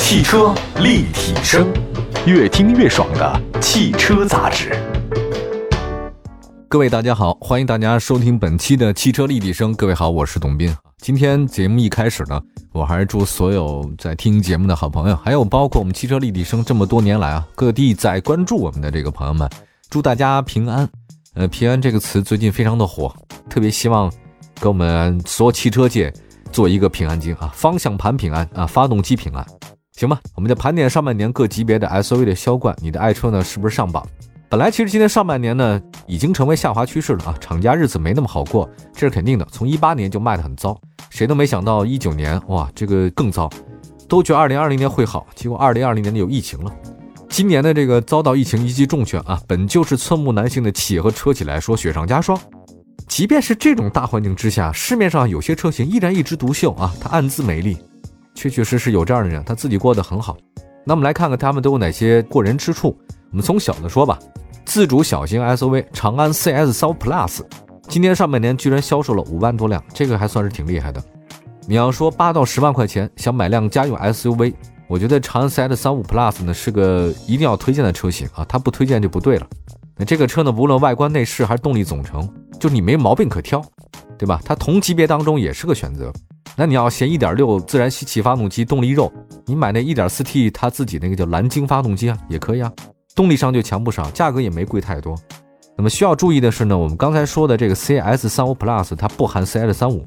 汽车立体声，越听越爽的汽车杂志。 各位大家好，欢迎大家收听本期的汽车立体声。各位好，我是董斌。今天节目一开始呢，我还是祝所有在听节目的好朋友，还有包括我们汽车立体声这么多年来啊，各地在关注我们的这个朋友们，祝大家平安。平安这个词最近非常的火，特别希望给我们所有汽车界做一个平安经啊，方向盘平安啊，发动机平安。行吧，我们就盘点上半年各级别的 SUV 的销冠，你的爱车呢是不是上榜？本来其实今年上半年呢已经成为下滑趋势了啊，厂家日子没那么好过，这是肯定的。从18年就卖得很糟，谁都没想到19年哇这个更糟，都觉得2020年会好，结果2020年有疫情了。今年的这个遭到疫情一击重拳啊，本就是寸木难行的企业和车企来说雪上加霜。即便是这种大环境之下，市面上有些车型依然一枝独秀啊，它暗自美丽，确确实实有这样的人，他自己过得很好。那我们来看看他们都有哪些过人之处。我们从小的说吧，自主小型 SUV 长安 CS35 Plus 今年上半年居然销售了5万多辆，这个还算是挺厉害的。你要说8到10万块钱想买辆家用 SUV， 我觉得长安 CS35 Plus 呢是个一定要推荐的车型啊，它不推荐就不对了。那这个车呢，无论外观内饰还是动力总成，就你没毛病可挑，对吧？它同级别当中也是个选择。那你要嫌 1.6 自然吸气发动机动力肉，你买那 1.4T 它自己那个叫蓝鲸发动机啊，也可以啊，动力上就强不少，价格也没贵太多。那么需要注意的是呢，我们刚才说的这个 CS35 Plus 它不含 CS35，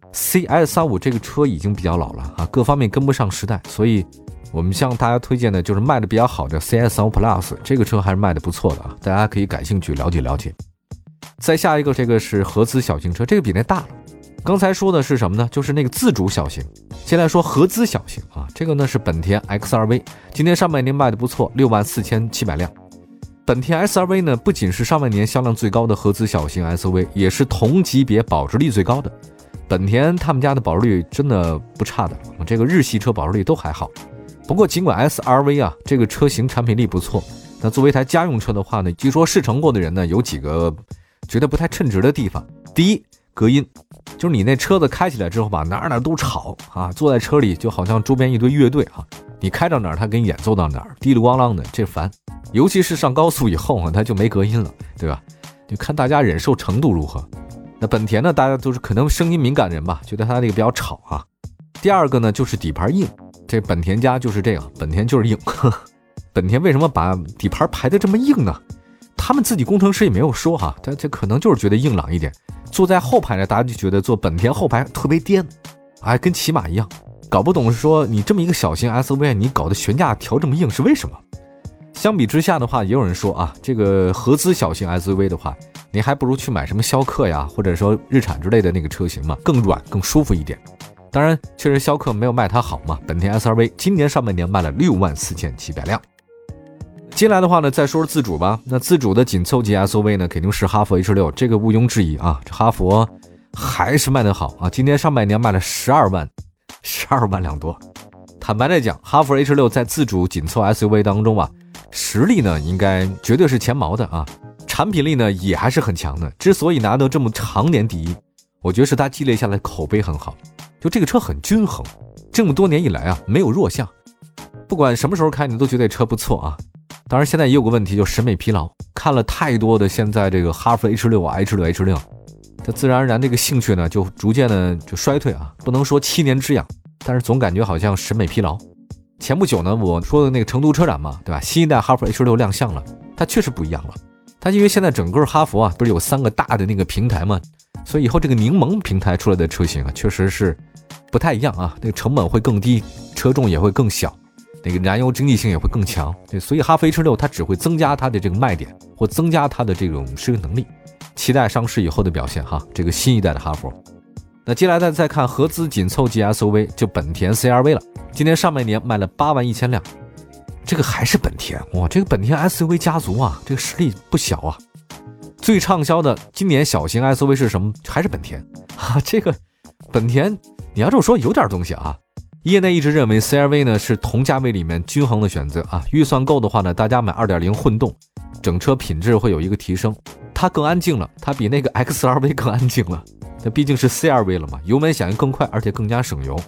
CS35 这个车已经比较老了啊，各方面跟不上时代，所以我们向大家推荐的就是卖的比较好的 CS35 Plus， 这个车还是卖的不错的啊，大家可以感兴趣了解了解。再下一个，这个是合资小型车，这个比那大了。刚才说的是什么呢？就是那个自主小型。先来说合资小型啊，这个呢是本田 X2V， 今年上半年卖的不错，64700辆。本田 X2V 呢不仅是上半年销量最高的合资小型 SUV， 也是同级别保值率最高的。本田他们家的保值率真的不差的，这个日系车保值率都还好。不过尽管 X2V 啊这个车型产品力不错，那作为一台家用车的话呢，据说试乘过的人呢有几个觉得不太称职的地方。第一，隔音，就是你那车子开起来之后吧，哪都吵啊，坐在车里就好像周边一堆乐队啊，你开到哪儿他给你演奏到哪儿，滴里咣啷的，这烦。尤其是上高速以后啊，它就没隔音了，对吧？就看大家忍受程度如何。那本田呢，大家都是可能声音敏感人吧，觉得它那个比较吵啊。第二个呢就是底盘硬，这本田家就是这样，本田就是硬。本田为什么把底盘排得这么硬呢？他们自己工程师也没有说哈，这可能就是觉得硬朗一点。坐在后排呢，大家就觉得坐本田后排特别颠，哎，跟骑马一样。搞不懂是说你这么一个小型 SUV， 你搞的悬架调这么硬是为什么？相比之下的话，也有人说啊，这个合资小型 SUV 的话，你还不如去买什么逍客呀，或者说日产之类的那个车型嘛，更软更舒服一点。当然，确实逍客没有卖它好嘛。本田 X2V 今年上半年卖了64700辆。接下来的话呢，再说说自主吧。那自主的紧凑级 SUV 呢，肯定是哈弗 H6， 这个毋庸置疑啊。这哈弗还是卖得好啊，今年上半年卖了12万辆多。坦白来讲，哈弗 H6 在自主紧凑 SUV 当中啊，实力呢应该绝对是前茅的啊，产品力呢也还是很强的。之所以拿到这么常年第一，我觉得是它积累下来口碑很好，就这个车很均衡，这么多年以来啊没有弱项，不管什么时候开你都觉得这车不错啊。当然现在也有个问题，就审美疲劳，看了太多的现在这个哈弗 H6 啊 H6 它自然而然这个兴趣呢就逐渐的就衰退啊，不能说7年之痒，但是总感觉好像审美疲劳。前不久呢我说的那个成都车展嘛，对吧，新一代哈弗 H6 亮相了，它确实不一样了。它因为现在整个哈弗啊不是有3个大的那个平台嘛，所以以后这个柠檬平台出来的车型啊确实是不太一样啊，那个成本会更低，车重也会更小，那个燃油经济性也会更强，对，所以哈弗 H6 它只会增加它的这个卖点，或增加它的这种适应能力。期待上市以后的表现哈，这个新一代的哈弗。那接下来再看合资紧凑级 SUV， 就本田 CR-V 了，今年上半年卖了81000辆，这个还是本田哇，这个本田 SUV 家族啊，这个实力不小啊。最畅销的今年小型 SUV 是什么？还是本田啊，这个本田你要这么说有点东西啊。业内一直认为 CR-V 呢是同价位里面均衡的选择啊，预算够的话呢，大家买 2.0 混动，整车品质会有一个提升。它更安静了，它比那个 X2V 更安静了，那毕竟是 CR-V 了嘛，油门响应更快，而且更加省油。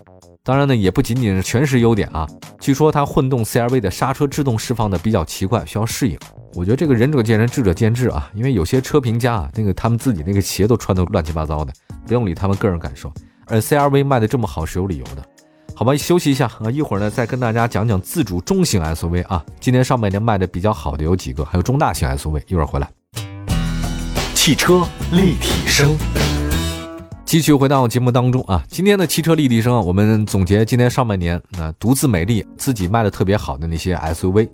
当然呢，也不仅仅全是优点啊。据说它混动 CR-V 的刹车制动释放的比较奇怪，需要适应。我觉得这个仁者见仁，智者见智啊。因为有些车评家啊，他们自己那个鞋都穿得乱七八糟的，不用理他们个人感受。而 CR-V 卖的这么好是有理由的。好吧，休息一下啊，一会儿呢再跟大家讲讲自主中型 SUV 啊。今年上半年卖的比较好的有几个，还有中大型 SUV， 一会儿回来。 汽车立体声。 继续回到节目当中啊，今天的汽车立体声，我们总结今年上半年独自美丽自己卖的特别好的那些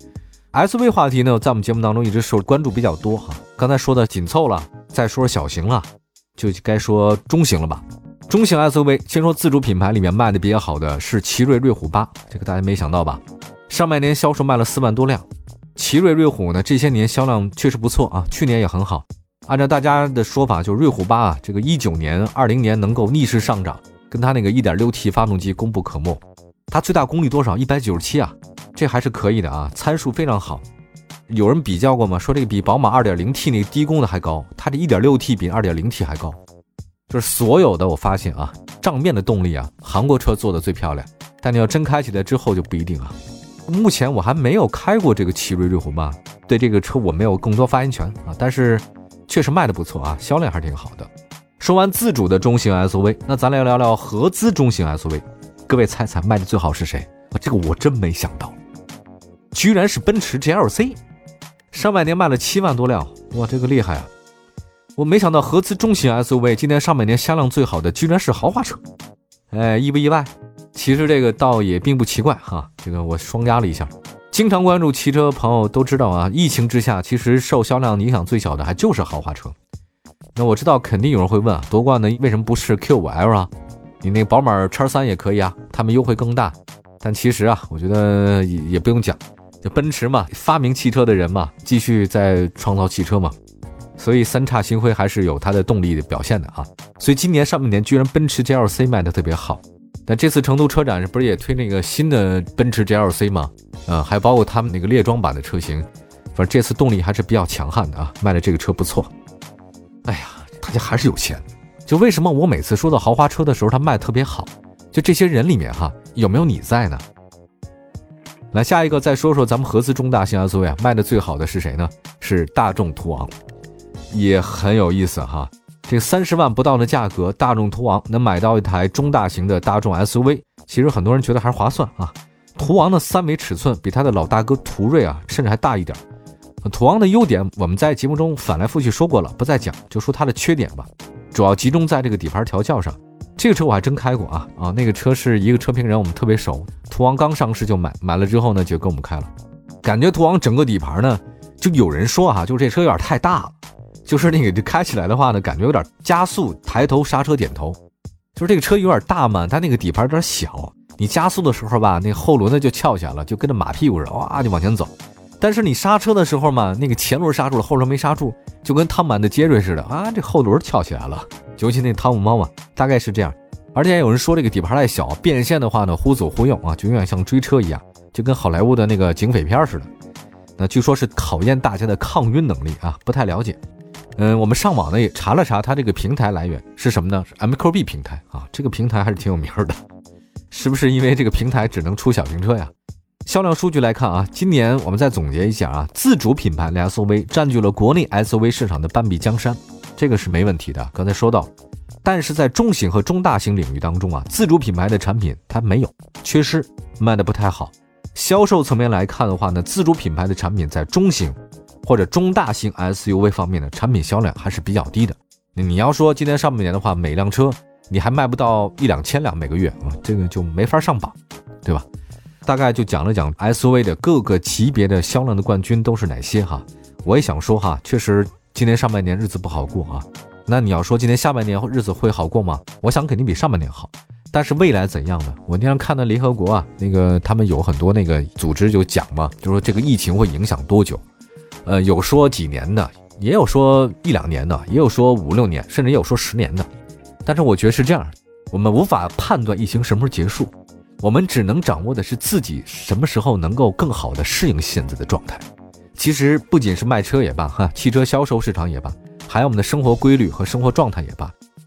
SUV 话题呢，在我们节目当中一直受关注比较多哈。刚才说的紧凑了，再说小型了，就该说中型了吧。中型 SUV 先说自主品牌里面卖的比较好的是奇瑞瑞虎8，这个大家没想到吧？上半年销售卖了4万多辆。奇瑞瑞虎呢，这些年销量确实不错啊，去年也很好。按照大家的说法，就瑞虎8啊，这个19年、20年能够逆势上涨，跟它那个 1.6T 发动机功不可没。它最大功率多少？197啊，这还是可以的啊，参数非常好。有人比较过吗？说这个比宝马 2.0T 那个低功的还高，它这 1.6T 比 2.0T 还高。就是所有的我发现啊，账面的动力啊，韩国车做的最漂亮，但你要真开起来之后就不一定啊。目前我还没有开过这个奇瑞瑞虎8，对这个车我没有更多发言权啊，但是确实卖的不错啊，销量还是挺好的。说完自主的中型 SUV， 那咱来聊聊合资中型 SUV。各位猜猜卖的最好是谁？这个我真没想到，居然是奔驰 GLC， 上半年卖了7万多辆，哇，这个厉害啊！我没想到合资中型 SUV 今年上半年销量最好的居然是豪华车，意不意外？其实这个倒也并不奇怪哈，这个我双压了一下。经常关注汽车朋友都知道啊，疫情之下其实受销量影响最小的还就是豪华车。那我知道肯定有人会问啊，夺冠的为什么不是 Q5L 啊？你那个宝马 X3 也可以啊，他们优惠更大。但其实啊，我觉得也不用讲，就奔驰嘛，发明汽车的人嘛，继续在创造汽车嘛。所以三叉星辉还是有它的动力的表现的啊。所以今年上半年居然奔驰 GLC 卖的特别好。但这次成都车展不是也推那个新的奔驰 GLC 吗？还包括他们那个猎装版的车型，反正这次动力还是比较强悍的啊，卖的这个车不错。哎呀，大家还是有钱。就为什么我每次说到豪华车的时候它卖特别好，就这些人里面哈，有没有你在呢？来，下一个再说说咱们合资中大型 SUV 啊，卖的最好的是谁呢？是大众途昂，也很有意思哈。这30万不到的价格，大众途昂能买到一台中大型的大众 SUV， 其实很多人觉得还是划算啊。途昂的3维尺寸比它的老大哥途锐啊，甚至还大一点。途昂的优点我们在节目中反来覆去说过了，不再讲，就说它的缺点吧。主要集中在这个底盘调教上。这个车我还真开过啊，那个车是一个车评人我们特别熟，途昂刚上市就买了之后呢就跟我们开了。感觉途昂整个底盘呢，就有人说啊，就是这车有点太大了。就是那个开起来的话呢，感觉有点加速抬头刹车点头，就是这个车有点大嘛，它那个底盘有点小，你加速的时候吧，那个后轮呢就翘起来了，就跟着马屁股似的，哇就往前走。但是你刹车的时候嘛，那个前轮刹住了，后轮没刹住，就跟汤满的杰瑞似的啊，这后轮翘起来了，尤其那汤姆猫嘛，大概是这样。而且有人说这个底盘太小，变线的话呢忽左忽右啊，就有点像追车一样，就跟好莱坞的那个警匪片似的。那据说是考验大家的抗晕能力啊，不太了解。我们上网呢也查了查它这个平台来源是什么呢？是 MQB 平台啊，这个平台还是挺有名的。是不是因为这个平台只能出小型车呀？销量数据来看啊，今年我们再总结一下啊，自主品牌的 SUV 占据了国内 SUV 市场的半壁江山，这个是没问题的，刚才说到。但是在中型和中大型领域当中啊，自主品牌的产品它没有，缺失，卖的不太好。销售层面来看的话呢，自主品牌的产品在中型或者中大型 SUV 方面的产品销量还是比较低的。你要说今年上半年的话，每辆车你还卖不到1-2千辆每个月啊，这个就没法上榜，对吧？大概就讲了讲 SUV 的各个级别的销量的冠军都是哪些哈。我也想说哈，确实今年上半年日子不好过啊。那你要说今年下半年日子会好过吗？我想肯定比上半年好。但是未来怎样呢？我那天看到联合国啊，那个他们有很多那个组织就讲嘛，就说这个疫情会影响多久？有说几年的，也有说1-2年的，也有说5-6年，甚至也有说10年的。但是我觉得是这样，我们无法判断疫情什么时候结束，我们只能掌握的是自己什么时候能够更好的适应现在的状态。其实不仅是卖车也罢，汽车销售市场也罢，还有我们的生活规律和生活状态也罢，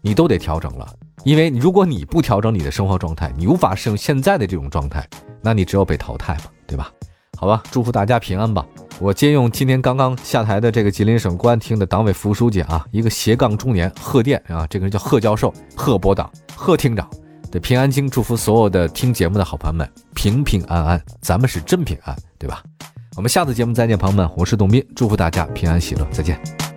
你都得调整了。因为如果你不调整你的生活状态，你无法适应现在的这种状态，那你只有被淘汰嘛，对吧？好吧，祝福大家平安吧。我借用今天刚刚下台的这个吉林省公安厅的党委副书记啊，一个斜杠中年贺电啊，这个人叫贺教授、贺博党、贺厅长的平安经，祝福所有的听节目的好朋友们平平安安，咱们是真平安，对吧？我们下次节目再见，朋友们，我是董斌，祝福大家平安喜乐，再见。